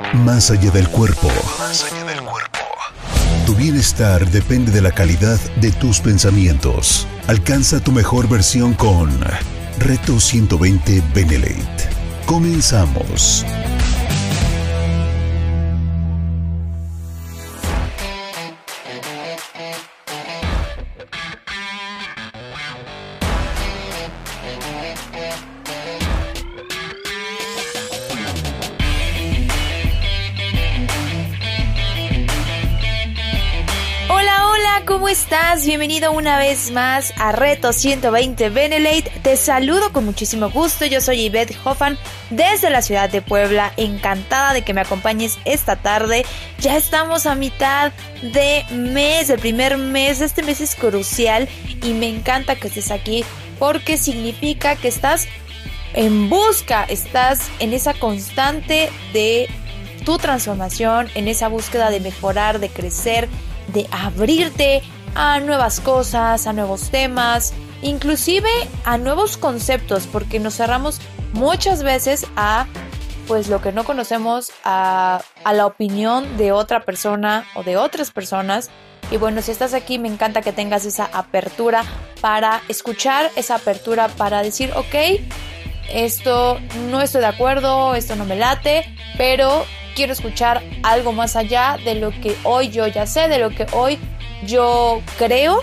Más allá del cuerpo. Más allá del cuerpo. Tu bienestar depende de la calidad de tus pensamientos. Alcanza tu mejor versión con Reto 120 Benelate. Comenzamos. ¿Cómo estás? Bienvenido una vez más a Reto 120 Benelate. Te saludo con muchísimo gusto. Yo soy Ivette Hoffman desde la ciudad de Puebla. Encantada de que me acompañes esta tarde. Ya estamos a mitad de mes, el primer mes. Este mes es crucial y me encanta que estés aquí porque significa que estás en busca, estás en esa constante de tu transformación, en esa búsqueda de mejorar, de crecer, de abrirte a nuevas cosas, a nuevos temas, inclusive a nuevos conceptos, porque nos cerramos muchas veces a pues lo que no conocemos, a la opinión de otra persona o de otras personas. Y bueno, si estás aquí, me encanta que tengas esa apertura para escuchar, esa apertura para decir, ok, esto no estoy de acuerdo, esto no me late, pero quiero escuchar algo más allá de lo que hoy yo ya sé, de lo que hoy yo creo.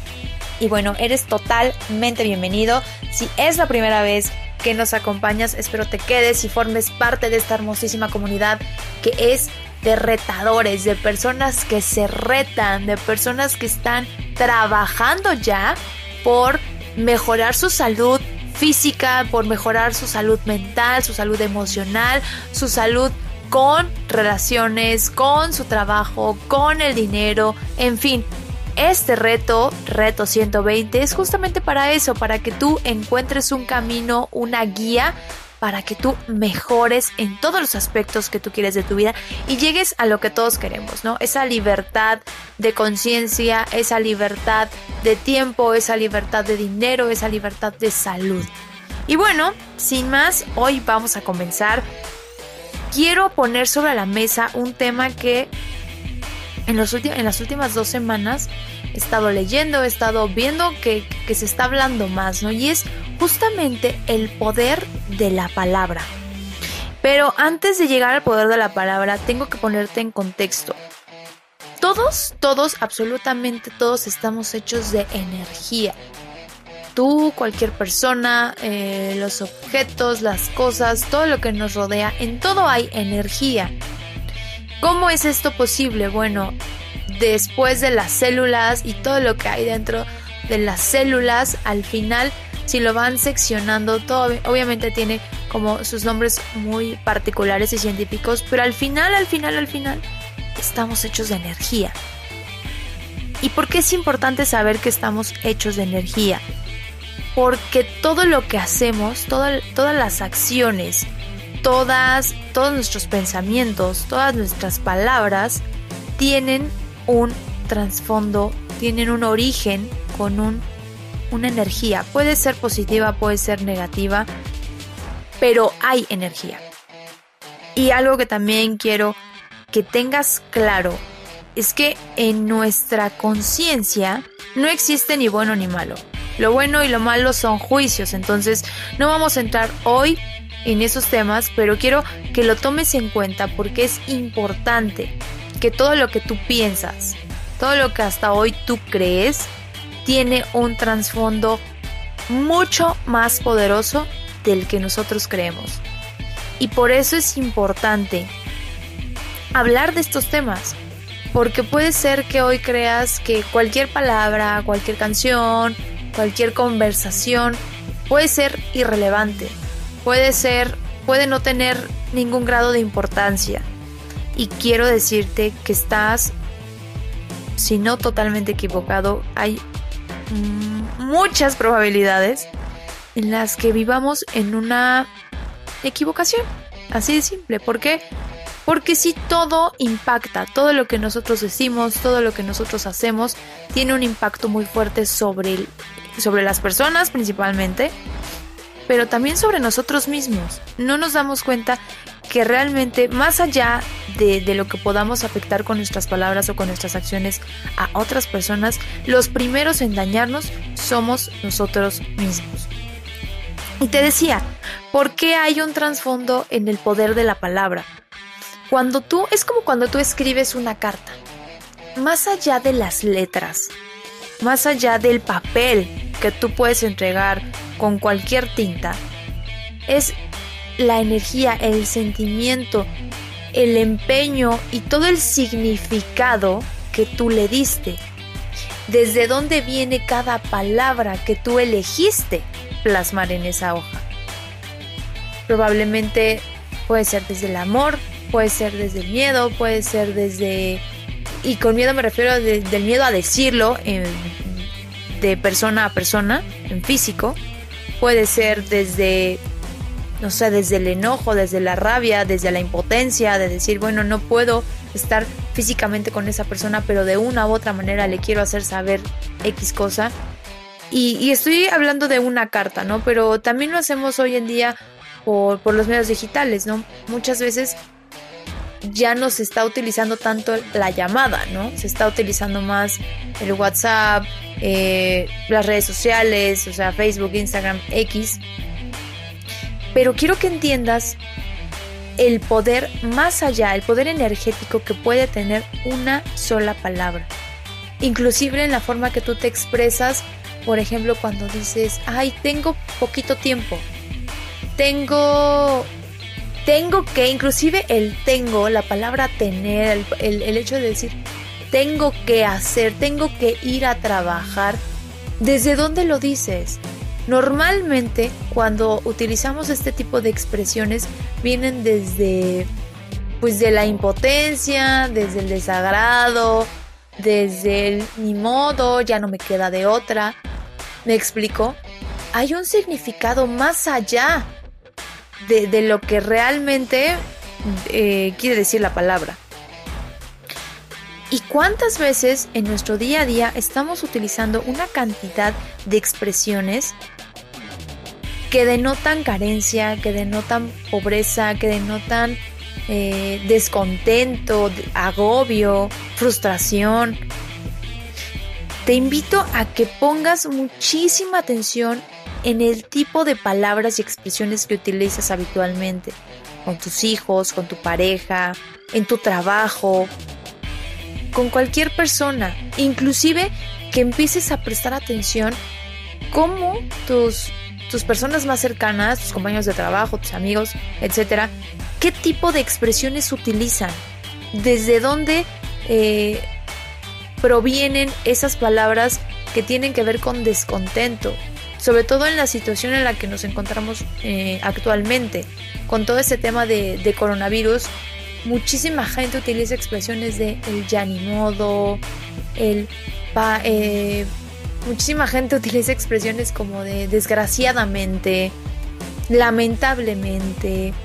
Y bueno, eres totalmente bienvenido. Si es la primera vez que nos acompañas, espero te quedes y formes parte de esta hermosísima comunidad que es de retadores, de personas que se retan, de personas que están trabajando ya por mejorar su salud física, por mejorar su salud mental, su salud emocional, su salud con relaciones, con su trabajo, con el dinero, en fin. Este Reto 120, es justamente para eso, para que tú encuentres un camino, una guía, para que tú mejores en todos los aspectos que tú quieres de tu vida y llegues a lo que todos queremos, ¿no? Esa libertad de conciencia, esa libertad de tiempo, esa libertad de dinero, esa libertad de salud. Y bueno, sin más, hoy vamos a comenzar. Quiero poner sobre la mesa un tema que en las últimas 2 semanas he estado leyendo, he estado viendo que se está hablando más, ¿no? Y es justamente el poder de la palabra. Pero antes de llegar al poder de la palabra, tengo que ponerte en contexto. Todos, absolutamente todos estamos hechos de energía. Tú, cualquier persona, los objetos, las cosas, todo lo que nos rodea, en todo hay energía. ¿Cómo es esto posible? Bueno, después de las células y todo lo que hay dentro de las células, al final, si lo van seccionando, todo obviamente tiene como sus nombres muy particulares y científicos, pero al final, estamos hechos de energía. ¿Y por qué es importante saber que estamos hechos de energía? Porque todo lo que hacemos, todas las acciones, todos nuestros pensamientos, todas nuestras palabras tienen un trasfondo, tienen un origen con una energía. Puede ser positiva, puede ser negativa, pero hay energía. Y algo que también quiero que tengas claro es que en nuestra conciencia no existe ni bueno ni malo. Lo bueno y lo malo son juicios, entonces no vamos a entrar hoy en esos temas, pero quiero que lo tomes en cuenta porque es importante que todo lo que tú piensas, todo lo que hasta hoy tú crees, tiene un trasfondo mucho más poderoso del que nosotros creemos. Y por eso es importante hablar de estos temas, porque puede ser que hoy creas que cualquier palabra, cualquier canción, cualquier conversación puede ser irrelevante, puede no tener ningún grado de importancia. Y quiero decirte que estás, si no totalmente equivocado, hay muchas probabilidades en las que vivamos en una equivocación. Así de simple. ¿Por qué? Porque si todo impacta, todo lo que nosotros decimos, todo lo que nosotros hacemos, tiene un impacto muy fuerte sobre las personas principalmente, pero también sobre nosotros mismos. No nos damos cuenta que realmente, más allá de lo que podamos afectar con nuestras palabras o con nuestras acciones a otras personas, los primeros en dañarnos somos nosotros mismos. Y te decía, ¿por qué hay un trasfondo en el poder de la palabra? Es como cuando tú escribes una carta. Más allá de las letras, más allá del papel que tú puedes entregar con cualquier tinta, es la energía, el sentimiento, el empeño y todo el significado que tú le diste. Desde dónde viene cada palabra que tú elegiste plasmar en esa hoja. Probablemente puede ser desde el amor, puede ser desde el miedo, puede ser desde... Y con miedo me refiero del miedo a decirlo de persona a persona, en físico. Puede ser desde, no sé, desde el enojo, desde la rabia, desde la impotencia, de decir, bueno, no puedo estar físicamente con esa persona, pero de una u otra manera le quiero hacer saber X cosa. Y estoy hablando de una carta, ¿no? Pero también lo hacemos hoy en día por los medios digitales, ¿no? Muchas veces ya no se está utilizando tanto la llamada, ¿no? Se está utilizando más el WhatsApp, las redes sociales, o sea, Facebook, Instagram, X. Pero quiero que entiendas el poder más allá, el poder energético que puede tener una sola palabra. Inclusive en la forma que tú te expresas, por ejemplo, cuando dices, ay, tengo poquito tiempo, tengo que, inclusive el tengo, la palabra tener, el hecho de decir tengo que hacer, tengo que ir a trabajar, ¿desde dónde lo dices? Normalmente cuando utilizamos este tipo de expresiones vienen desde, pues, de la impotencia, desde el desagrado, desde el ni modo, ya no me queda de otra. ¿Me explico? Hay un significado más allá de lo que realmente quiere decir la palabra. ¿Y cuántas veces en nuestro día a día estamos utilizando una cantidad de expresiones que denotan carencia, que denotan pobreza, que denotan descontento, agobio, frustración? Te invito a que pongas muchísima atención en el tipo de palabras y expresiones que utilizas habitualmente, con tus hijos, con tu pareja, en tu trabajo, con cualquier persona. Inclusive que empieces a prestar atención cómo tus personas más cercanas, tus compañeros de trabajo, tus amigos, etcétera, qué tipo de expresiones utilizan, desde dónde provienen esas palabras que tienen que ver con descontento, sobre todo en la situación en la que nos encontramos actualmente, con todo este tema de coronavirus. Muchísima gente utiliza expresiones de el ya ni modo, muchísima gente utiliza expresiones como de desgraciadamente, lamentablemente,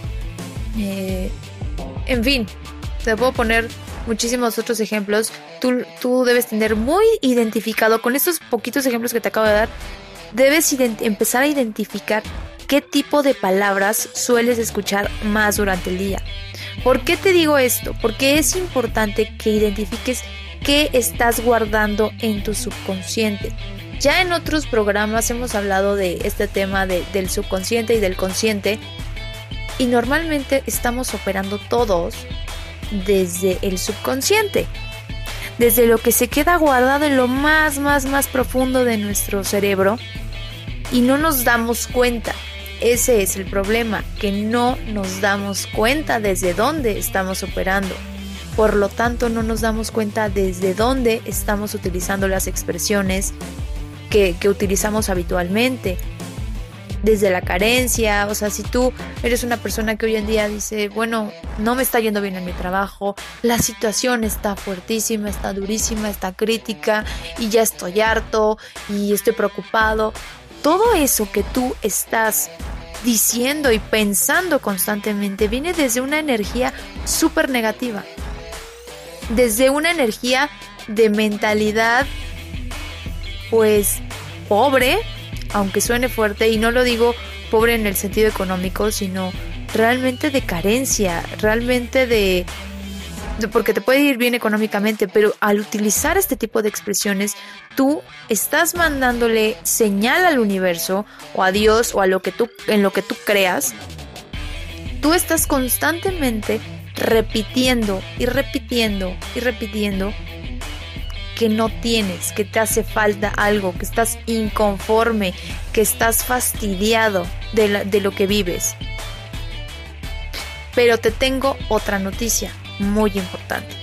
en fin, te puedo poner muchísimos otros ejemplos. Tú debes tener muy identificado, con estos poquitos ejemplos que te acabo de dar, debes empezar a identificar qué tipo de palabras sueles escuchar más durante el día. ¿Por qué te digo esto? Porque es importante que identifiques qué estás guardando en tu subconsciente. Ya en otros programas hemos hablado de este tema del subconsciente y del consciente, y normalmente estamos operando todos desde el subconsciente, desde lo que se queda guardado en lo más profundo de nuestro cerebro, y no nos damos cuenta. Ese es el problema, que no nos damos cuenta desde dónde estamos operando. Por lo tanto, no nos damos cuenta desde dónde estamos utilizando las expresiones que utilizamos habitualmente. Desde la carencia, o sea, si tú eres una persona que hoy en día dice, bueno, no me está yendo bien en mi trabajo, la situación está fuertísima, está durísima, está crítica, y ya estoy harto, y estoy preocupado. Todo eso que tú estás diciendo y pensando constantemente viene desde una energía súper negativa, desde una energía de mentalidad, pues, pobre, aunque suene fuerte, y no lo digo pobre en el sentido económico, sino realmente de carencia, realmente porque te puede ir bien económicamente, pero al utilizar este tipo de expresiones, tú estás mandándole señal al universo o a Dios o a en lo que tú creas. Tú estás constantemente repitiendo y repitiendo y repitiendo que no tienes, que te hace falta algo, que estás inconforme, que estás fastidiado de lo que vives. Pero te tengo otra noticia muy importante.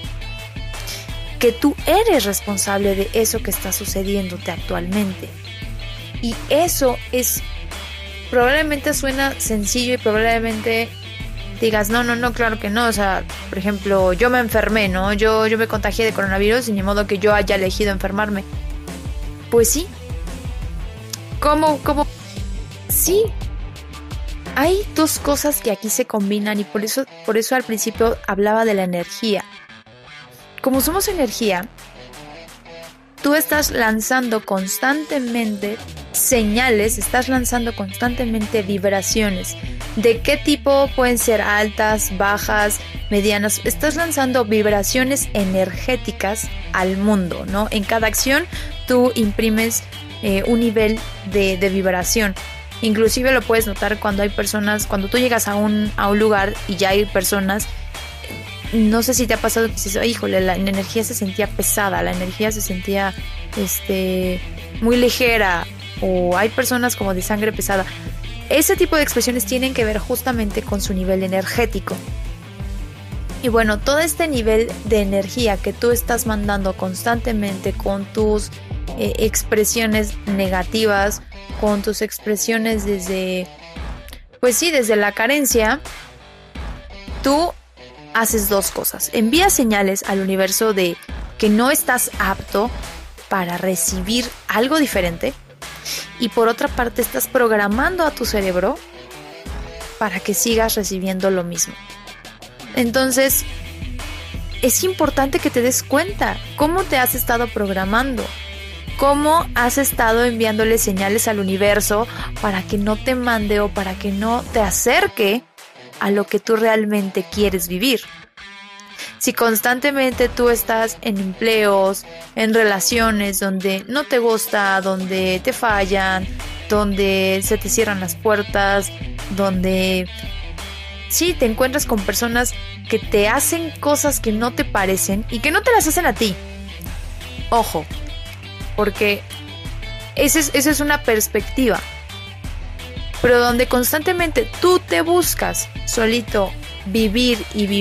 Que tú eres responsable de eso que está sucediéndote actualmente. Y eso probablemente suena sencillo y probablemente digas, no, claro que no. O sea, por ejemplo, yo me enfermé, ¿no? Yo me contagié de coronavirus y ni modo que yo haya elegido enfermarme. Pues sí. ¿Cómo? Sí. Hay dos cosas que aquí se combinan y por eso al principio hablaba de la energía. Como somos energía, tú estás lanzando constantemente señales, estás lanzando constantemente vibraciones. ¿De qué tipo? Pueden ser altas, bajas, medianas. Estás lanzando vibraciones energéticas al mundo, ¿no? En cada acción tú imprimes un nivel de vibración. Inclusive lo puedes notar cuando hay personas, cuando tú llegas a un lugar y ya hay personas. No sé si te ha pasado que dices, híjole, la energía se sentía pesada, la energía se sentía muy ligera, o hay personas como de sangre pesada. Ese tipo de expresiones tienen que ver justamente con su nivel energético. Y bueno, todo este nivel de energía que tú estás mandando constantemente con tus expresiones negativas, con tus expresiones desde la carencia, tú haces dos cosas. Envías señales al universo de que no estás apto para recibir algo diferente, y por otra parte estás programando a tu cerebro para que sigas recibiendo lo mismo. Entonces es importante que te des cuenta cómo te has estado programando, cómo has estado enviándole señales al universo para que no te mande o para que no te acerque a lo que tú realmente quieres vivir. Si constantemente tú estás en empleos, en relaciones donde no te gusta, donde te fallan, donde se te cierran las puertas, donde sí te encuentras con personas que te hacen cosas que no te parecen y que no te las hacen a ti. Ojo, porque esa es una perspectiva. Pero donde constantemente tú te buscas solito vivir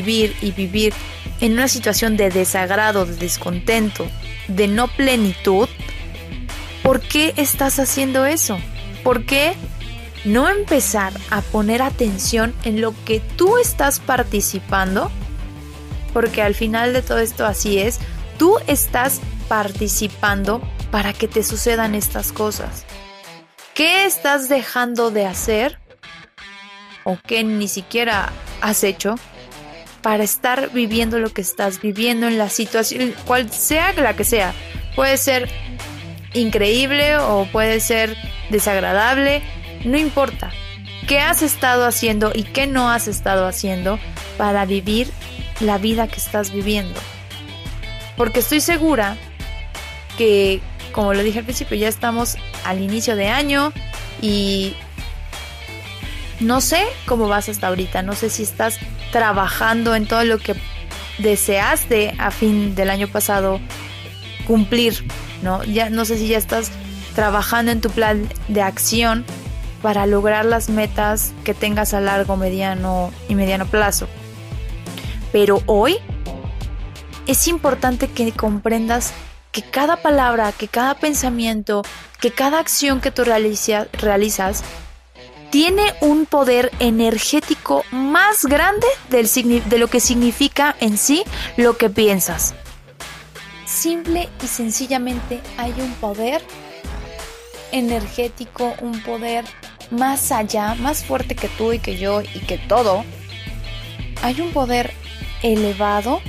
en una situación de desagrado, de descontento, de no plenitud, ¿por qué estás haciendo eso? ¿Por qué no empezar a poner atención en lo que tú estás participando? Porque al final de todo esto así es, tú estás participando para que te sucedan estas cosas. ¿Qué estás dejando de hacer o qué ni siquiera has hecho para estar viviendo lo que estás viviendo en la situación, cual sea la que sea? Puede ser increíble o puede ser desagradable, no importa. ¿Qué has estado haciendo y qué no has estado haciendo para vivir la vida que estás viviendo? Porque estoy segura que, como lo dije al principio, ya estamos al inicio de año y no sé cómo vas hasta ahorita. No sé si estás trabajando en todo lo que deseaste a fin del año pasado cumplir, ¿no? Ya no sé si ya estás trabajando en tu plan de acción para lograr las metas que tengas a largo, mediano y mediano plazo. Pero hoy es importante que comprendas que cada palabra, que cada pensamiento, que cada acción que tú realizas tiene un poder energético más grande de lo que significa en sí lo que piensas. Simple y sencillamente hay un poder energético, un poder más allá, más fuerte que tú y que yo y que todo. Hay un poder elevado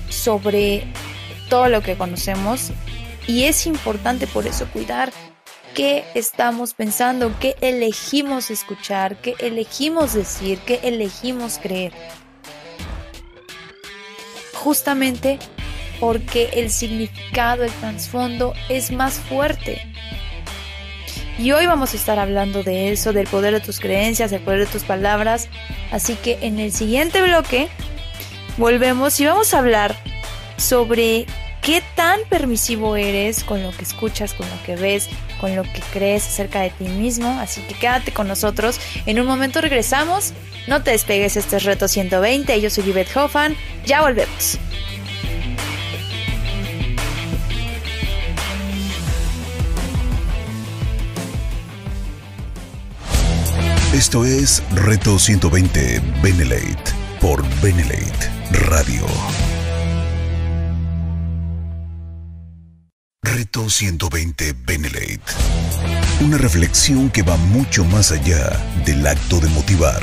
sobre todo lo que conocemos y es importante por eso cuidar qué estamos pensando, qué elegimos escuchar, qué elegimos decir, qué elegimos creer. Justamente porque el significado, el trasfondo es más fuerte. Y hoy vamos a estar hablando de eso, del poder de tus creencias, del poder de tus palabras. Así que en el siguiente bloque volvemos y vamos a hablar sobre qué tan permisivo eres con lo que escuchas, con lo que ves, con lo que crees acerca de ti mismo. Así que quédate con nosotros. En un momento regresamos. No te despegues, este es Reto 120. Yo soy Yvette Hoffman. Ya volvemos. Esto es Reto 120 Benelate por Benelate Radio. Reto 120 Benelate. Una reflexión que va mucho más allá del acto de motivar.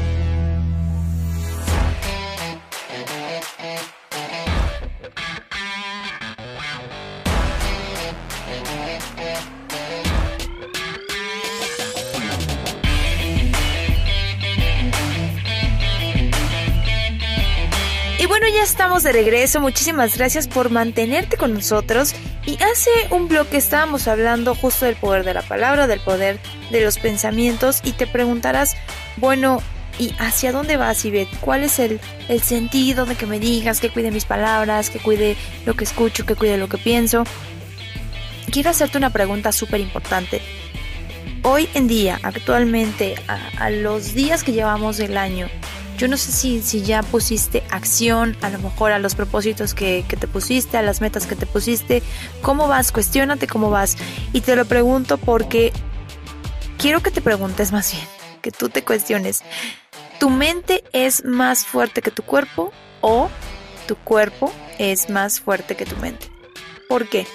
Ya estamos de regreso, muchísimas gracias por mantenerte con nosotros. Y hace un bloque estábamos hablando justo del poder de la palabra, del poder de los pensamientos, y te preguntarás, bueno, ¿y hacia dónde vas, Ivette? ¿Cuál es el sentido de que me digas que cuide mis palabras, que cuide lo que escucho, que cuide lo que pienso? Quiero hacerte una pregunta súper importante. Hoy en día, actualmente, a los días que llevamos del año, yo no sé si ya pusiste acción, a lo mejor a los propósitos que te pusiste, a las metas que te pusiste. ¿Cómo vas? Cuestiónate cómo vas. Y te lo pregunto porque quiero que te preguntes más bien, que tú te cuestiones. ¿Tu mente es más fuerte que tu cuerpo o tu cuerpo es más fuerte que tu mente? ¿Por qué?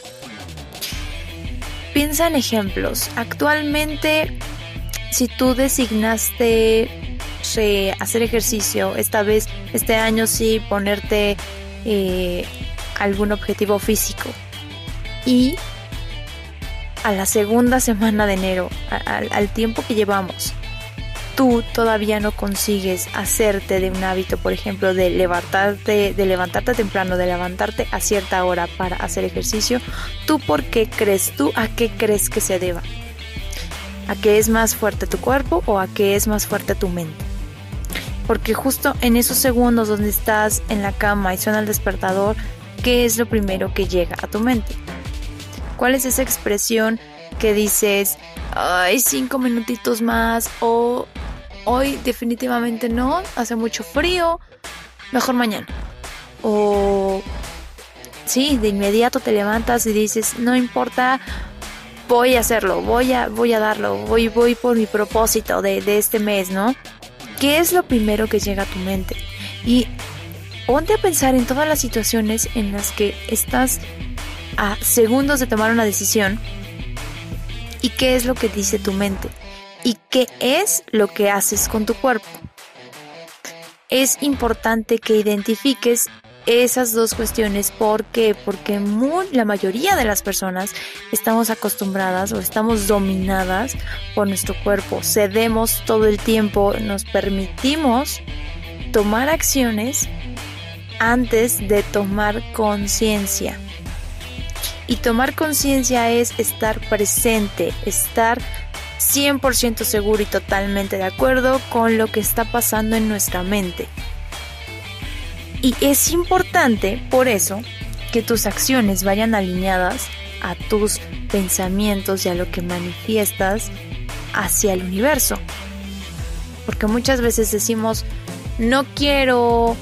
Piensa en ejemplos. Actualmente, si tú designaste hacer ejercicio, este año sí ponerte algún objetivo físico, y a la segunda semana de enero, al tiempo que llevamos, tú todavía no consigues hacerte de un hábito, por ejemplo, de levantarte temprano, de levantarte a cierta hora para hacer ejercicio, ¿tú por qué crees? ¿Tú a qué crees que se deba? ¿A qué es más fuerte tu cuerpo o a qué es más fuerte tu mente? Porque justo en esos segundos donde estás en la cama y suena el despertador, ¿qué es lo primero que llega a tu mente? ¿Cuál es esa expresión que dices, ay, 5 minutitos más, o hoy definitivamente no, hace mucho frío, mejor mañana? O sí, de inmediato te levantas y dices, no importa, voy a hacerlo, voy a darlo, voy por mi propósito de este mes, ¿no? ¿Qué es lo primero que llega a tu mente? Y ponte a pensar en todas las situaciones en las que estás a segundos de tomar una decisión, y qué es lo que dice tu mente y qué es lo que haces con tu cuerpo. Es importante que identifiques esas dos cuestiones. ¿Por qué? Porque la mayoría de las personas estamos acostumbradas o estamos dominadas por nuestro cuerpo. Cedemos todo el tiempo, nos permitimos tomar acciones antes de tomar conciencia. Y tomar conciencia es estar presente, estar 100% seguro y totalmente de acuerdo con lo que está pasando en nuestra mente. Y es importante, por eso, que tus acciones vayan alineadas a tus pensamientos y a lo que manifiestas hacia el universo. Porque muchas veces decimos, no quiero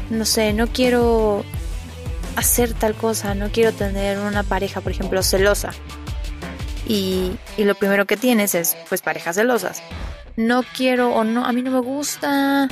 hacer tal cosa, no quiero tener una pareja, por ejemplo, celosa. Y lo primero que tienes es, pues, parejas celosas. No quiero, o no, a mí no me gusta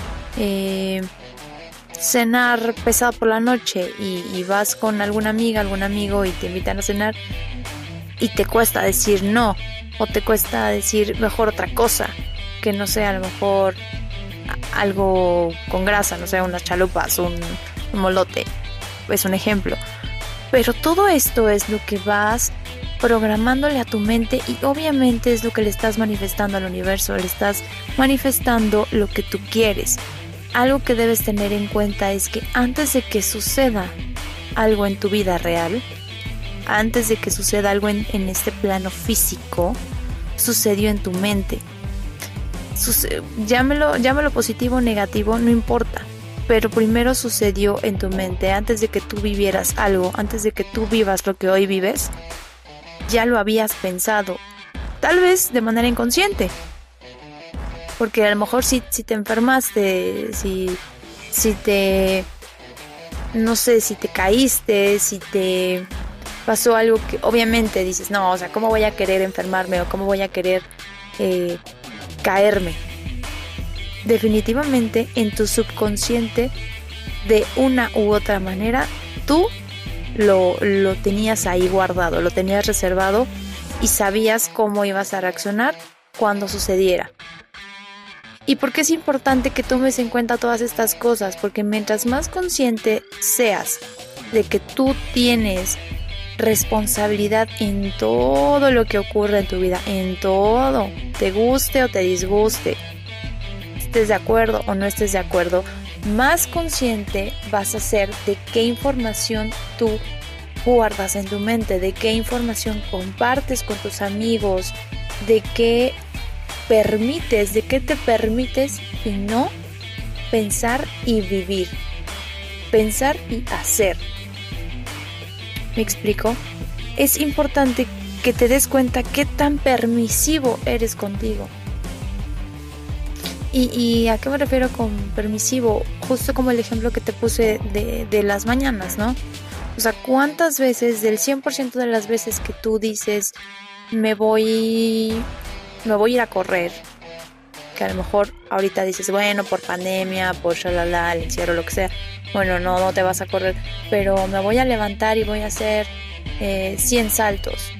cenar pesado por la noche, y vas con alguna amiga, algún amigo y te invitan a cenar y te cuesta decir no, o te cuesta decir mejor otra cosa, que no sea a lo mejor algo con grasa, no sé, unas chalupas, un molote, es un ejemplo. Pero todo esto es lo que vas programándole a tu mente, y obviamente es lo que le estás manifestando al universo, le estás manifestando lo que tú quieres. Algo que debes tener en cuenta es que antes de que suceda algo en tu vida real, antes de que suceda algo en este plano físico, sucedió en tu mente. Llámelo positivo o negativo, no importa, pero primero sucedió en tu mente. Antes de que tú vivieras algo, antes de que tú vivas lo que hoy vives, ya lo habías pensado, tal vez de manera inconsciente, porque a lo mejor si te enfermaste, si te, no sé, si te caíste, si te pasó algo que obviamente dices, no, o sea, ¿cómo voy a querer enfermarme o cómo voy a querer caerme? Definitivamente en tu subconsciente, de una u otra manera, tú lo tenías ahí guardado, lo tenías reservado y sabías cómo ibas a reaccionar cuando sucediera. ¿Y por qué es importante que tomes en cuenta todas estas cosas? Porque mientras más consciente seas de que tú tienes responsabilidad en todo lo que ocurre en tu vida, en todo, te guste o te disguste, estés de acuerdo o no estés de acuerdo, más consciente vas a ser de qué información tú guardas en tu mente, de qué información compartes con tus amigos, de qué te permites y no pensar y vivir, pensar y hacer. ¿Me explico? Es importante que te des cuenta qué tan permisivo eres contigo. ¿Y a qué me refiero con permisivo? Justo como el ejemplo que te puse de las mañanas, ¿no? O sea, ¿cuántas veces, del 100% de las veces que tú dices, me voy a ir a correr? Que a lo mejor ahorita dices, bueno, por pandemia, por shalala, el encierro, lo que sea, bueno, no te vas a correr, pero me voy a levantar y voy a hacer 100 saltos.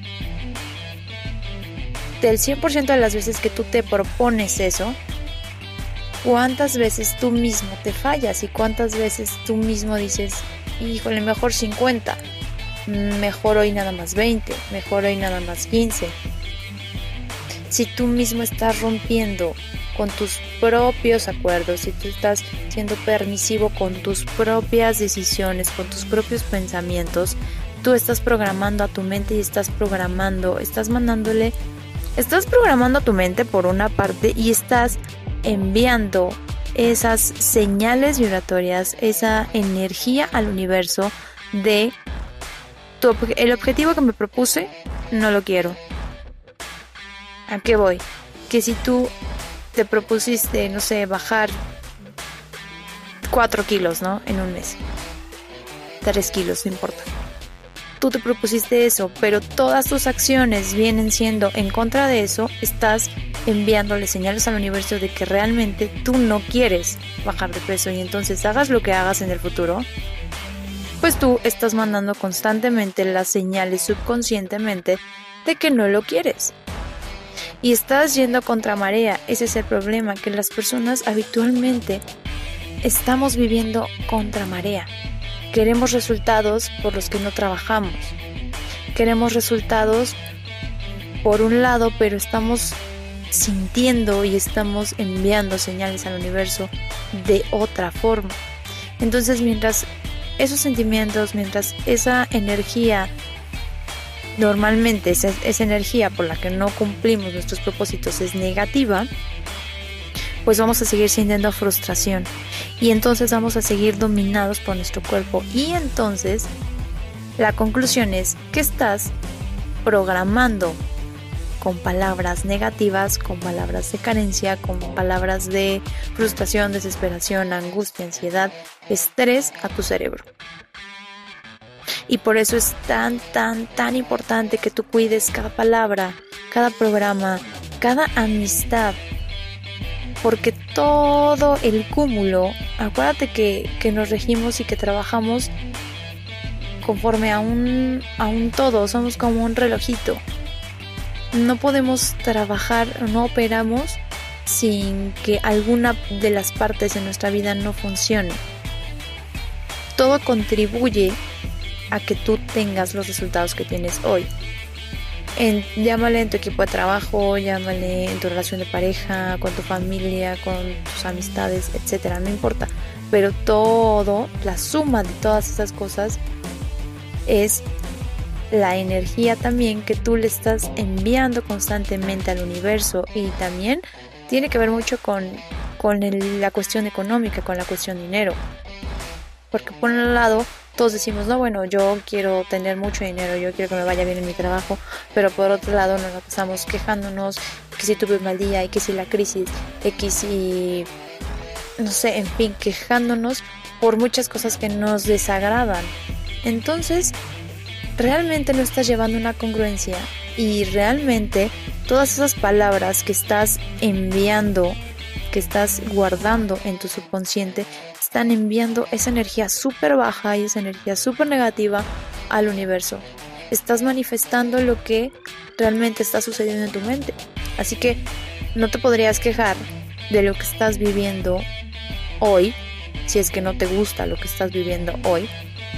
Del 100% de las veces que tú te propones eso, ¿cuántas veces tú mismo te fallas? ¿Y cuántas veces tú mismo dices, híjole, mejor 50, mejor hoy nada más 20, mejor hoy nada más 15? Si tú mismo estás rompiendo con tus propios acuerdos, si tú estás siendo permisivo con tus propias decisiones, con tus propios pensamientos, tú estás programando a tu mente y estás programando a tu mente por una parte y estás enviando esas señales vibratorias, esa energía al universo de el objetivo que me propuse, no lo quiero. ¿A qué voy? Que si tú te propusiste, no sé, bajar 4 kilos, ¿no? En un mes. 3 kilos, no importa. Tú te propusiste eso, pero todas tus acciones vienen siendo en contra de eso, estás enviándole señales al universo de que realmente tú no quieres bajar de peso, y entonces hagas lo que hagas en el futuro, pues tú estás mandando constantemente las señales subconscientemente de que no lo quieres. Y estás yendo contra marea. Ese es el problema, que las personas habitualmente estamos viviendo contra marea. Queremos resultados por los que no trabajamos. Queremos resultados por un lado, pero estamos sintiendo y estamos enviando señales al universo de otra forma. Entonces, mientras esos sentimientos, mientras esa energía, normalmente esa energía por la que no cumplimos nuestros propósitos es negativa, pues vamos a seguir sintiendo frustración y entonces vamos a seguir dominados por nuestro cuerpo, y entonces la conclusión es que estás programando con palabras negativas, con palabras de carencia, con palabras de frustración, desesperación, angustia, ansiedad, estrés a tu cerebro. Y por eso es tan importante que tú cuides cada palabra, cada programa, cada amistad. Porque todo el cúmulo, acuérdate que nos regimos y que trabajamos conforme a un todo, somos como un relojito. No podemos trabajar, no operamos sin que alguna de las partes de nuestra vida no funcione. Todo contribuye a que tú tengas los resultados que tienes hoy. llámale en tu equipo de trabajo, llámale en tu relación de pareja, con tu familia, con tus amistades, etcétera, no importa. Pero todo, la suma de todas esas cosas es la energía también que tú le estás enviando constantemente al universo, y también tiene que ver mucho con la cuestión económica, con la cuestión dinero. Porque por un lado todos decimos, no, bueno, yo quiero tener mucho dinero, yo quiero que me vaya bien en mi trabajo, pero por otro lado nos la pasamos quejándonos que si tuve un mal día, y que si la crisis, X y no sé, en fin, quejándonos por muchas cosas que nos desagradan. Entonces, realmente no estás llevando una congruencia, y realmente todas esas palabras que estás enviando, que estás guardando en tu subconsciente, están enviando esa energía súper baja y esa energía súper negativa al universo. Estás manifestando lo que realmente está sucediendo en tu mente. Así que no te podrías quejar de lo que estás viviendo hoy, si es que no te gusta lo que estás viviendo hoy.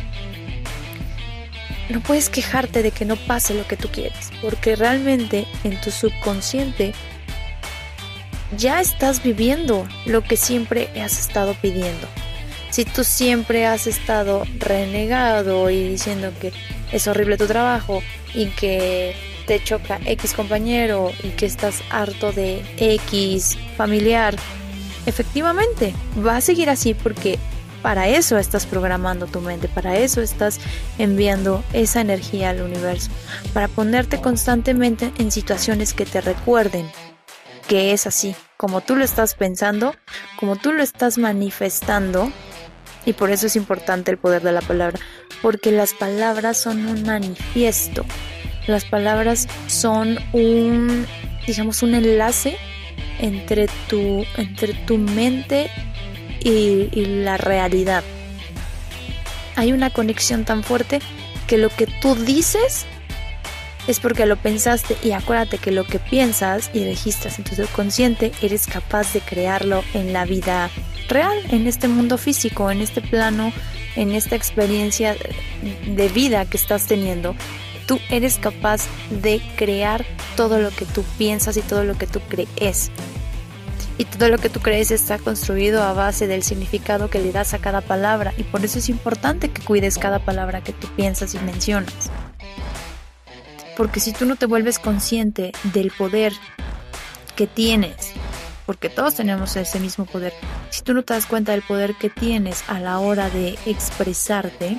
No puedes quejarte de que no pase lo que tú quieres, porque realmente en tu subconsciente ya estás viviendo lo que siempre has estado pidiendo. Si tú siempre has estado renegado y diciendo que es horrible tu trabajo y que te choca X compañero y que estás harto de X familiar, efectivamente va a seguir así, porque para eso estás programando tu mente, para eso estás enviando esa energía al universo, para ponerte constantemente en situaciones que te recuerden que es así, como tú lo estás pensando, como tú lo estás manifestando. Y por eso es importante el poder de la palabra, porque las palabras son un manifiesto. Las palabras son un enlace entre tu mente y la realidad. Hay una conexión tan fuerte que lo que tú dices es porque lo pensaste, y acuérdate que lo que piensas y registras en tu subconsciente eres capaz de crearlo en la vida real, en este mundo físico, en este plano, en esta experiencia de vida que estás teniendo. Tú eres capaz de crear todo lo que tú piensas y todo lo que tú crees. Y todo lo que tú crees está construido a base del significado que le das a cada palabra, y por eso es importante que cuides cada palabra que tú piensas y mencionas. Porque si tú no te vuelves consciente del poder que tienes, porque todos tenemos ese mismo poder, si tú no te das cuenta del poder que tienes a la hora de expresarte,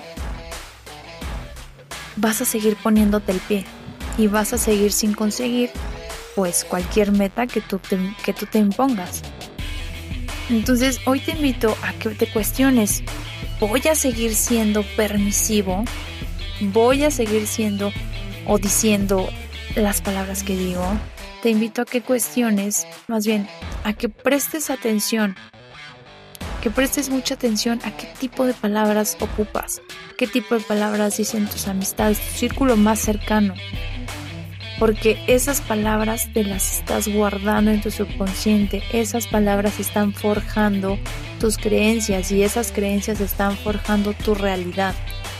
vas a seguir poniéndote el pie y vas a seguir sin conseguir pues cualquier meta que tú te impongas. Entonces hoy te invito a que te cuestiones: ¿voy a seguir siendo permisivo? ¿Voy a seguir siendo o diciendo las palabras que digo? Te invito a que cuestiones, más bien a que prestes atención, que prestes mucha atención a qué tipo de palabras ocupas, qué tipo de palabras dicen tus amistades, tu círculo más cercano, porque esas palabras te las estás guardando en tu subconsciente. Esas palabras están forjando tus creencias, y esas creencias están forjando tu realidad,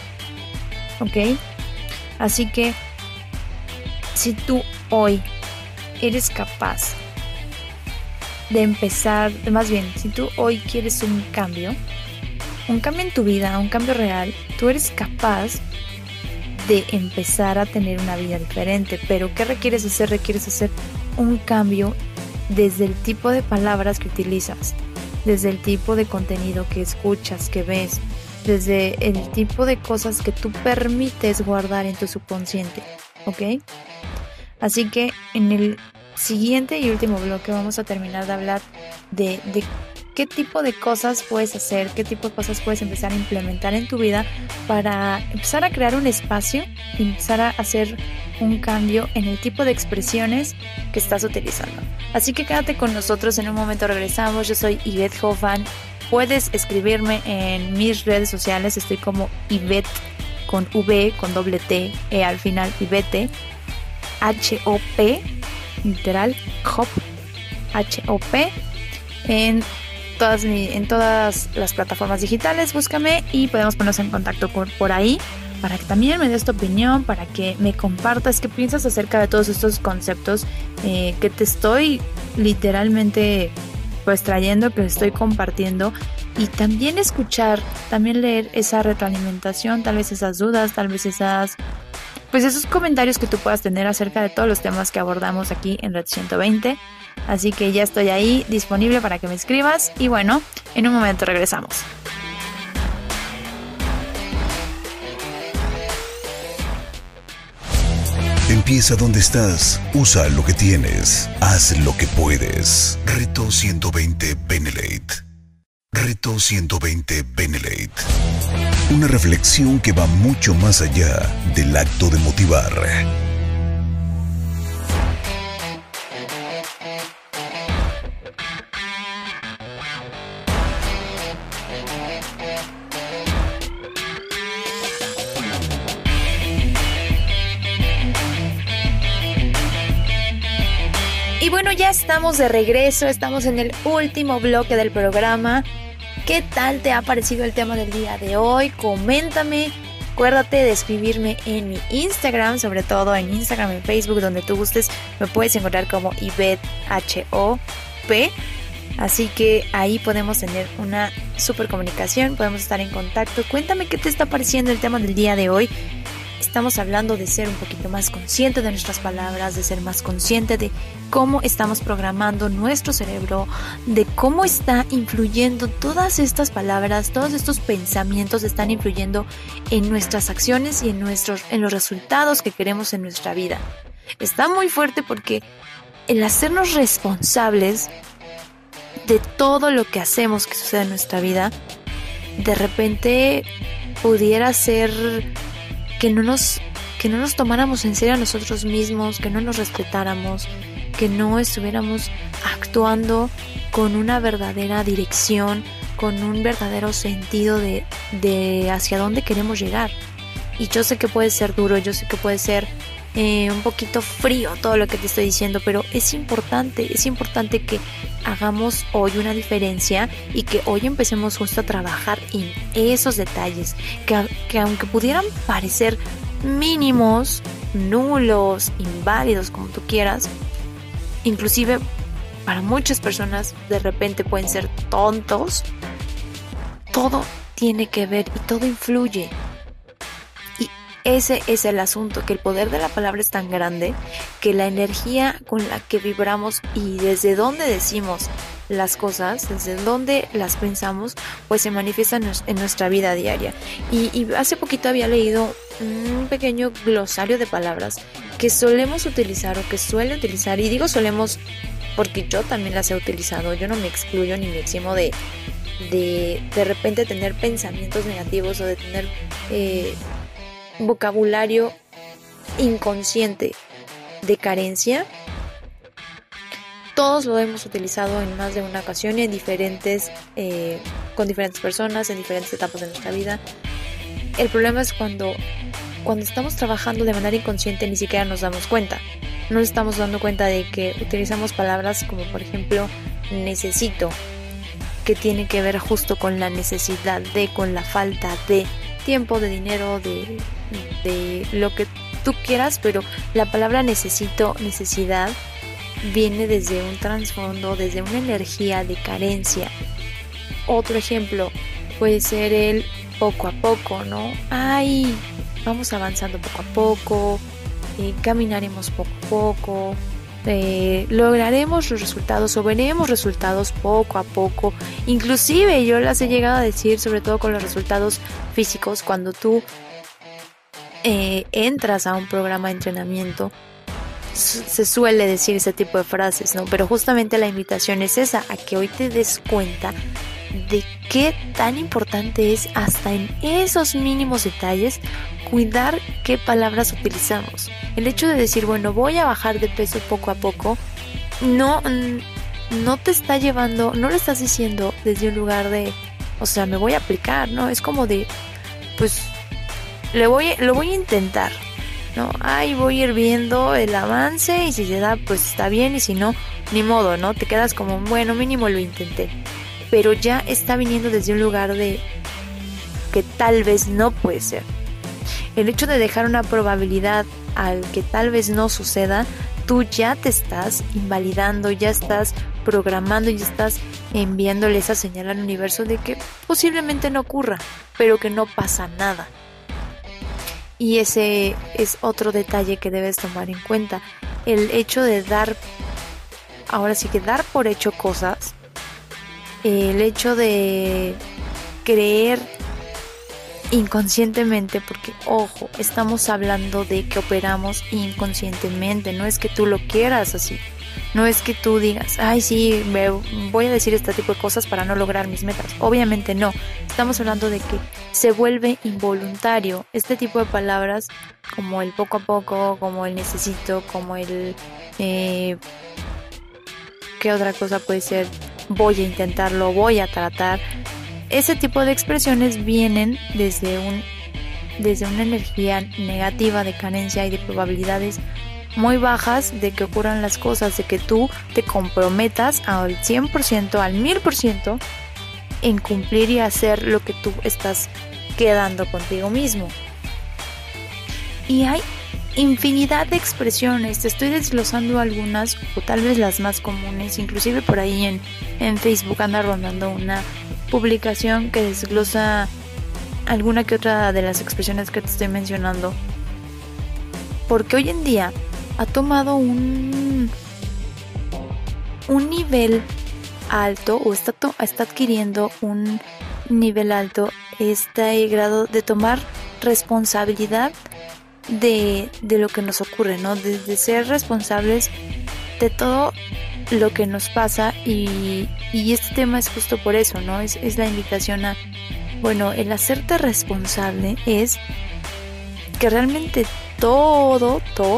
¿ok? Así que si tú hoy eres capaz de empezar, más bien, si tú hoy quieres un cambio en tu vida, un cambio real, tú eres capaz de empezar a tener una vida diferente. Pero ¿qué requieres hacer? Requieres hacer un cambio desde el tipo de palabras que utilizas, desde el tipo de contenido que escuchas, que ves, desde el tipo de cosas que tú permites guardar en tu subconsciente, ¿ok? Así que en el siguiente y último bloque vamos a terminar de hablar de qué tipo de cosas puedes hacer, qué tipo de cosas puedes empezar a implementar en tu vida para empezar a crear un espacio y empezar a hacer un cambio en el tipo de expresiones que estás utilizando. Así que quédate con nosotros, en un momento regresamos. Yo soy Ivette Hoffman. Puedes escribirme en mis redes sociales, estoy como Ivette con V, con doble T, E al final, Ivette, H-O-P, literal, Hop, H-O-P, en todas las plataformas digitales. Búscame y podemos ponernos en contacto por ahí para que también me des tu opinión, para que me compartas qué piensas acerca de todos estos conceptos que te estoy literalmente pues trayendo, que estoy compartiendo, y también escuchar, también leer esa retroalimentación, tal vez esas dudas, tal vez esos comentarios que tú puedas tener acerca de todos los temas que abordamos aquí en Red 120. Así que ya estoy ahí disponible para que me escribas y bueno, en un momento regresamos. Empieza donde estás, usa lo que tienes, haz lo que puedes. Reto 120 Benelate. Reto 120 Benelate. Una reflexión que va mucho más allá del acto de motivar. Y bueno, ya estamos de regreso, estamos en el último bloque del programa. ¿Qué tal te ha parecido el tema del día de hoy? Coméntame, acuérdate de escribirme en mi Instagram, sobre todo en Instagram, en Facebook, donde tú gustes, me puedes encontrar como IbetHOP. Así que ahí podemos tener una súper comunicación, podemos estar en contacto. Cuéntame qué te está pareciendo el tema del día de hoy. Estamos hablando de ser un poquito más consciente de nuestras palabras, de ser más consciente de cómo estamos programando nuestro cerebro, de cómo está influyendo todas estas palabras, todos estos pensamientos están influyendo en nuestras acciones y en los resultados que queremos en nuestra vida. Está muy fuerte porque el hacernos responsables de todo lo que hacemos que sucede en nuestra vida, de repente pudiera ser que no nos tomáramos en serio a nosotros mismos, que no nos respetáramos, que no estuviéramos actuando con una verdadera dirección, con un verdadero sentido de hacia dónde queremos llegar. Y yo sé que puede ser duro, yo sé que puede ser un poquito frío todo lo que te estoy diciendo, pero es importante que hagamos hoy una diferencia y que hoy empecemos justo a trabajar en esos detalles que aunque pudieran parecer mínimos, nulos, inválidos, como tú quieras, inclusive para muchas personas de repente pueden ser tontos, todo tiene que ver y todo influye. Ese es el asunto, que el poder de la palabra es tan grande que la energía con la que vibramos y desde donde decimos las cosas, desde donde las pensamos, pues se manifiesta en nuestra vida diaria. Y hace poquito había leído un pequeño glosario de palabras que solemos utilizar o que suele utilizar, y digo solemos porque yo también las he utilizado, yo no me excluyo ni me eximo de repente tener pensamientos negativos o de tener vocabulario inconsciente de carencia. Todos lo hemos utilizado en más de una ocasión y con diferentes personas en diferentes etapas de nuestra vida. El problema es cuando estamos trabajando de manera inconsciente ni siquiera nos damos cuenta. No nos estamos dando cuenta de que utilizamos palabras como por ejemplo necesito, que tiene que ver justo con la necesidad con la falta de tiempo, de dinero, de lo que tú quieras, pero la palabra necesito, necesidad, viene desde un trasfondo, desde una energía de carencia. Otro ejemplo puede ser el poco a poco, ¿no? Ay, vamos avanzando poco a poco, caminaremos poco a poco, lograremos los resultados o veremos resultados poco a poco. Inclusive yo las he llegado a decir, sobre todo con los resultados físicos, cuando tú entras a un programa de entrenamiento, se suele decir ese tipo de frases, ¿no? Pero justamente la invitación es esa, a que hoy te des cuenta de qué tan importante es, hasta en esos mínimos detalles, cuidar qué palabras utilizamos. El hecho de decir, bueno, voy a bajar de peso poco a poco, no te está llevando, no lo estás diciendo desde un lugar de, o sea, me voy a aplicar, ¿no? Es como de, pues, lo voy a intentar, ¿no? Ahí voy a ir viendo el avance y si se da, pues está bien, y si no, ni modo, ¿no? Te quedas como, bueno, mínimo lo intenté. Pero ya está viniendo desde un lugar de que tal vez no puede ser. el hecho de dejar una probabilidad al que tal vez no suceda, tú ya te estás invalidando, ya estás programando, ya estás enviándole esa señal al universo de que posiblemente no ocurra, pero que no pasa nada. Y ese es otro detalle que debes tomar en cuenta. El hecho de dar por hecho cosas, el hecho de creer inconscientemente, porque ojo, estamos hablando de que operamos inconscientemente, no es que tú lo quieras así, no es que tú digas, ay sí, me voy a decir este tipo de cosas para no lograr mis metas, obviamente no, estamos hablando de que se vuelve involuntario, este tipo de palabras como el poco a poco, como el necesito, como el ¿qué otra cosa puede ser? Voy a intentarlo, voy a tratar. Ese tipo de expresiones vienen desde una energía negativa de carencia y de probabilidades muy bajas de que ocurran las cosas, de que tú te comprometas al 100%, al 1000% en cumplir y hacer lo que tú estás quedando contigo mismo. Y hay infinidad de expresiones, te estoy desglosando algunas o tal vez las más comunes, inclusive por ahí en Facebook anda rondando una publicación que desglosa alguna que otra de las expresiones que te estoy mencionando, porque hoy en día ha tomado un nivel alto o está adquiriendo un nivel alto este grado de tomar responsabilidad de lo que nos ocurre, ¿no? De ser responsables de todo lo que nos pasa y este tema es justo por eso, ¿no? Es la invitación a, bueno, el hacerte responsable es que realmente todo,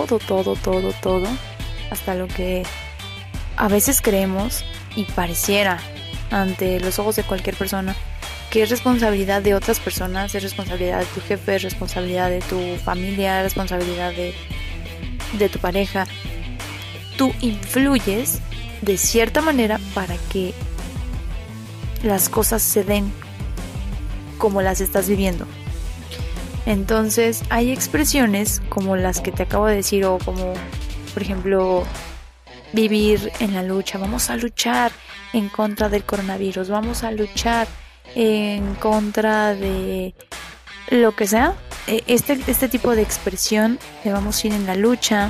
hasta lo que a veces creemos y pareciera ante los ojos de cualquier persona que es responsabilidad de otras personas, es responsabilidad de tu jefe, es responsabilidad de tu familia, es responsabilidad de tu pareja. Tú influyes de cierta manera para que las cosas se den como las estás viviendo. Entonces hay expresiones como las que te acabo de decir, o como por ejemplo vivir en la lucha. Vamos a luchar en contra del coronavirus, vamos a luchar en contra de lo que sea. Este tipo de expresión de vamos a ir en la lucha,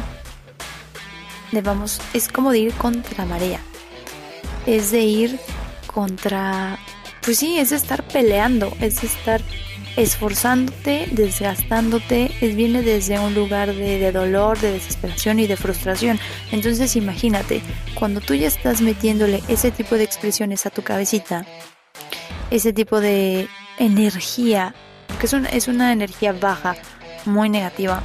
es como de ir contra marea, es de ir contra, pues sí, es de estar peleando, es de estar esforzándote, desgastándote, viene desde un lugar de dolor, de desesperación y de frustración. Entonces imagínate, cuando tú ya estás metiéndole ese tipo de expresiones a tu cabecita, ese tipo de energía, porque es una energía baja, muy negativa,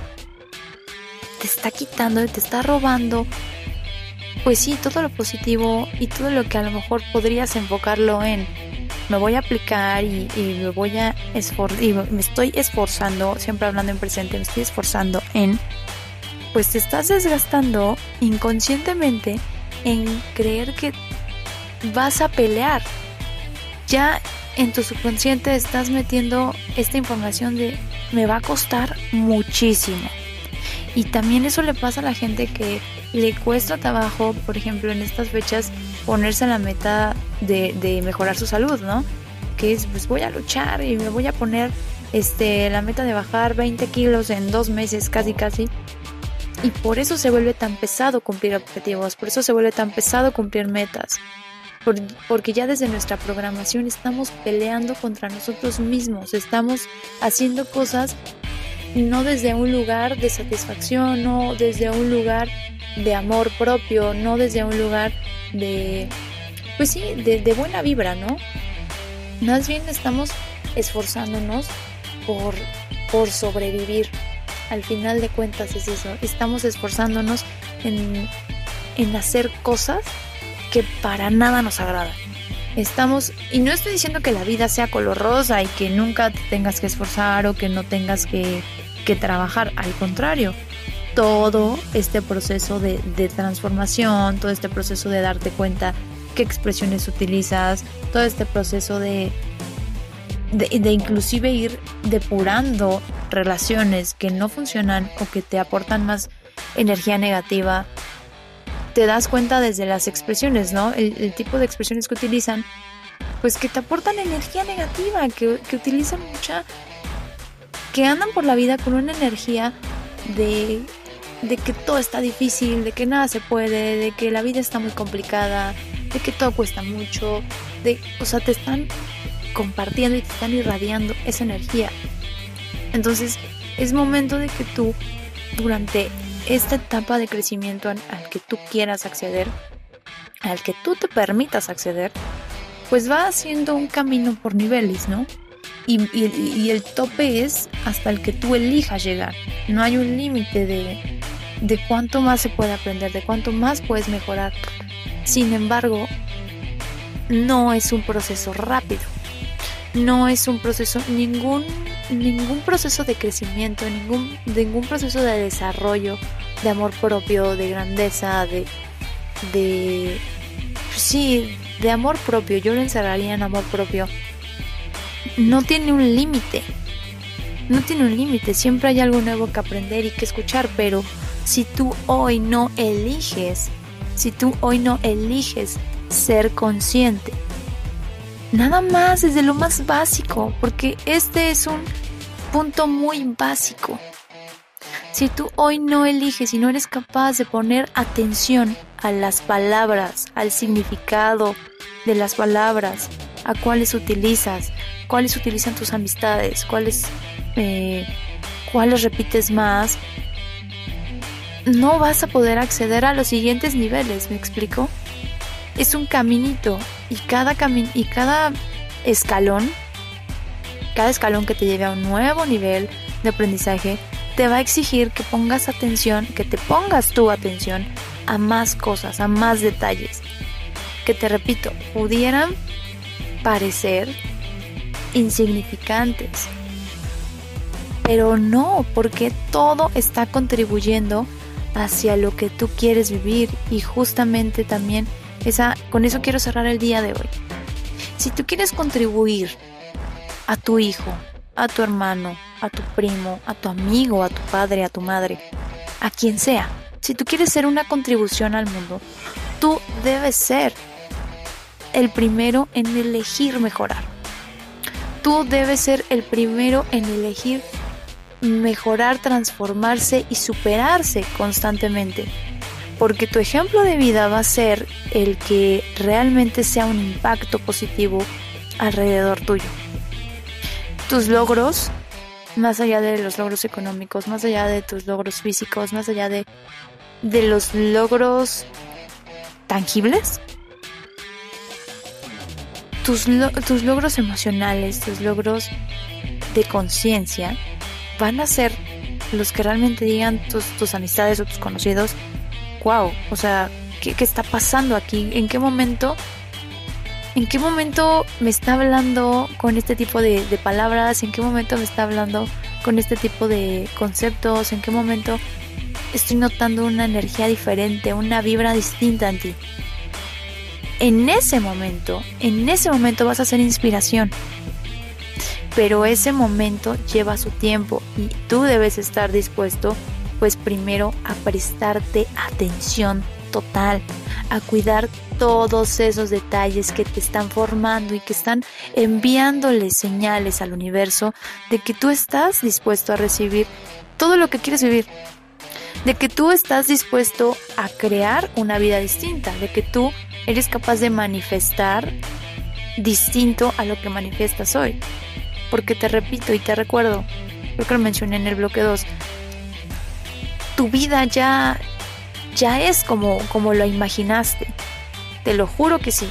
te está quitando, te está robando, pues sí, todo lo positivo y todo lo que a lo mejor podrías enfocarlo en me voy a aplicar y me voy a me estoy esforzando, siempre hablando en presente, me estoy esforzando en, pues te estás desgastando inconscientemente en creer que vas a pelear. Ya en tu subconsciente estás metiendo esta información de me va a costar muchísimo. Y también eso le pasa a la gente que le cuesta trabajo, por ejemplo, en estas fechas, ponerse la meta de mejorar su salud, ¿no? Que es, pues voy a luchar y me voy a poner la meta de bajar 20 kilos en 2 meses, casi. Y por eso se vuelve tan pesado cumplir objetivos, por eso se vuelve tan pesado cumplir metas. Porque ya desde nuestra programación estamos peleando contra nosotros mismos, estamos haciendo cosas no desde un lugar de satisfacción, no desde un lugar de amor propio, no desde un lugar de, pues sí, de buena vibra, ¿no? Más bien estamos esforzándonos por sobrevivir. Al final de cuentas es eso, estamos esforzándonos en hacer cosas que para nada nos agradan. Y no estoy diciendo que la vida sea color rosa y que nunca te tengas que esforzar o que no tengas que trabajar, al contrario, todo este proceso de transformación, todo este proceso de darte cuenta qué expresiones utilizas, todo este proceso de de inclusive ir depurando relaciones que no funcionan o que te aportan más energía negativa. Te das cuenta desde las expresiones, ¿no? El tipo de expresiones que utilizan, pues que te aportan energía negativa, que utilizan mucha, que andan por la vida con una energía de que todo está difícil, de que nada se puede, de que la vida está muy complicada, de que todo cuesta mucho, o sea, te están compartiendo y te están irradiando esa energía. Entonces es momento de que tú, durante esta etapa de crecimiento al que tú quieras acceder, al que tú te permitas acceder, pues va haciendo un camino por niveles, ¿no? Y el tope es hasta el que tú elijas llegar. No hay un límite de cuánto más se puede aprender, de cuánto más puedes mejorar. Sin embargo, no es un proceso rápido. No es un proceso, ningún proceso de crecimiento, ningún proceso de desarrollo, de amor propio, de grandeza, de amor propio. Yo lo encerraría en amor propio. No tiene un límite. No tiene un límite. Siempre hay algo nuevo que aprender y que escuchar, pero si tú hoy no eliges ser consciente, nada más desde lo más básico, porque este es un punto muy básico. Si tú hoy no eliges y no eres capaz de poner atención a las palabras, al significado de las palabras, a cuáles utilizan tus amistades, cuáles repites más, no vas a poder acceder a los siguientes niveles. ¿Me explico? Es un caminito y cada escalón que te lleve a un nuevo nivel de aprendizaje te va a exigir que pongas atención, que te pongas tu atención a más cosas, a más detalles, que te repito, pudieran parecer insignificantes, pero no, porque todo está contribuyendo hacia lo que tú quieres vivir. Y justamente también con eso quiero cerrar el día de hoy. Si tú quieres contribuir a tu hijo, a tu hermano, a tu primo, a tu amigo, a tu padre, a tu madre, a quien sea, si tú quieres ser una contribución al mundo, tú debes ser el primero en elegir mejorar. Tú debes ser el primero en elegir mejorar, transformarse y superarse constantemente, porque tu ejemplo de vida va a ser el que realmente sea un impacto positivo alrededor tuyo. Tus logros, más allá de los logros económicos, más allá de tus logros físicos, más allá de los logros tangibles, tus logros emocionales, tus logros de conciencia van a ser los que realmente digan tus amistades o tus conocidos: wow, o sea, ¿qué está pasando aquí? ¿En qué momento me está hablando con este tipo de palabras? ¿En qué momento me está hablando con este tipo de conceptos? ¿En qué momento estoy notando una energía diferente, una vibra distinta en ti? En ese momento vas a ser inspiración. Pero ese momento lleva su tiempo y tú debes estar dispuesto, pues primero a prestarte atención total, a cuidar todos esos detalles que te están formando y que están enviándole señales al universo de que tú estás dispuesto a recibir todo lo que quieres vivir, de que tú estás dispuesto a crear una vida distinta, de que tú eres capaz de manifestar distinto a lo que manifiestas hoy. Porque te repito y te recuerdo, creo que lo mencioné en el bloque 2, tu vida ya es como lo imaginaste. Te lo juro que sí.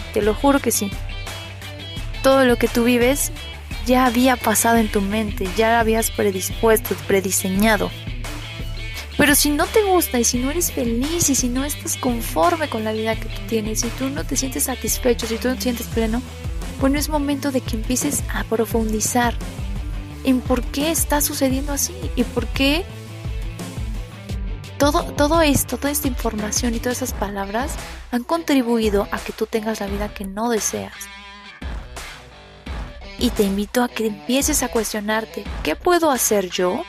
Todo lo que tú vives ya había pasado en tu mente, ya lo habías predispuesto, prediseñado. Pero si no te gusta y si no eres feliz y si no estás conforme con la vida que tú tienes, si tú no te sientes satisfecho, si tú no te sientes pleno, bueno, es momento de que empieces a profundizar en por qué está sucediendo así y por qué todo esto, toda esta información y todas esas palabras han contribuido a que tú tengas la vida que no deseas. Y te invito a que empieces a cuestionarte, ¿qué puedo hacer yo?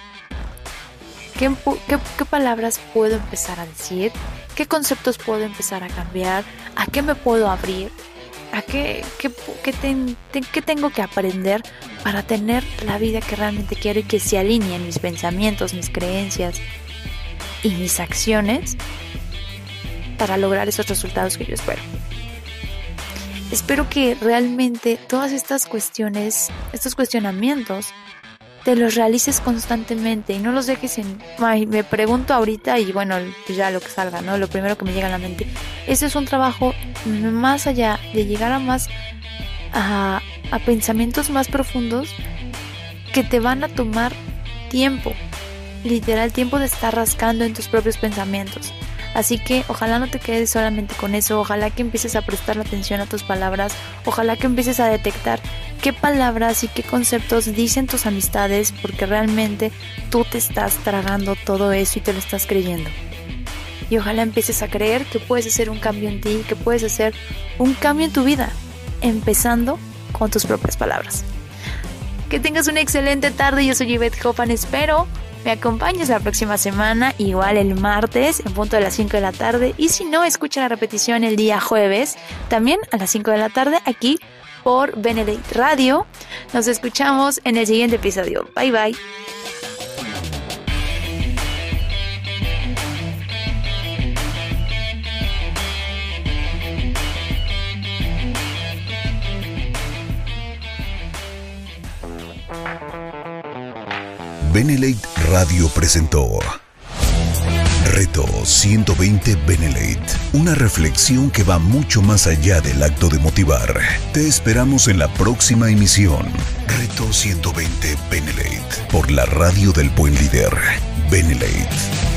¿Qué palabras puedo empezar a decir? ¿Qué conceptos puedo empezar a cambiar? ¿A qué me puedo abrir? ¿A qué tengo que aprender para tener la vida que realmente quiero y que se alineen mis pensamientos, mis creencias y mis acciones para lograr esos resultados que yo espero? Espero que realmente todas estas cuestiones, estos cuestionamientos, te los realices constantemente y no los dejes en... Ay, me pregunto ahorita y bueno, ya lo que salga, ¿no? Lo primero que me llega a la mente. Este es un trabajo más allá de llegar a pensamientos más profundos que te van a tomar tiempo. Literal, tiempo de estar rascando en tus propios pensamientos. Así que ojalá no te quedes solamente con eso, ojalá que empieces a prestar atención a tus palabras, ojalá que empieces a detectar qué palabras y qué conceptos dicen tus amistades, porque realmente tú te estás tragando todo eso y te lo estás creyendo. Y ojalá empieces a creer que puedes hacer un cambio en ti, que puedes hacer un cambio en tu vida, empezando con tus propias palabras. Que tengas una excelente tarde, yo soy Ivette Hoffman, espero me acompañes la próxima semana, igual el martes, en punto de las 5 de la tarde. Y si no, escucha la repetición el día jueves, también a las 5 de la tarde, aquí por Benelate Radio. Nos escuchamos en el siguiente episodio. Bye bye. Benelate Radio presentó Reto 120 Benelate, una reflexión que va mucho más allá del acto de motivar. Te esperamos en la próxima emisión. Reto 120 Benelate, por la radio del buen líder, Benelate.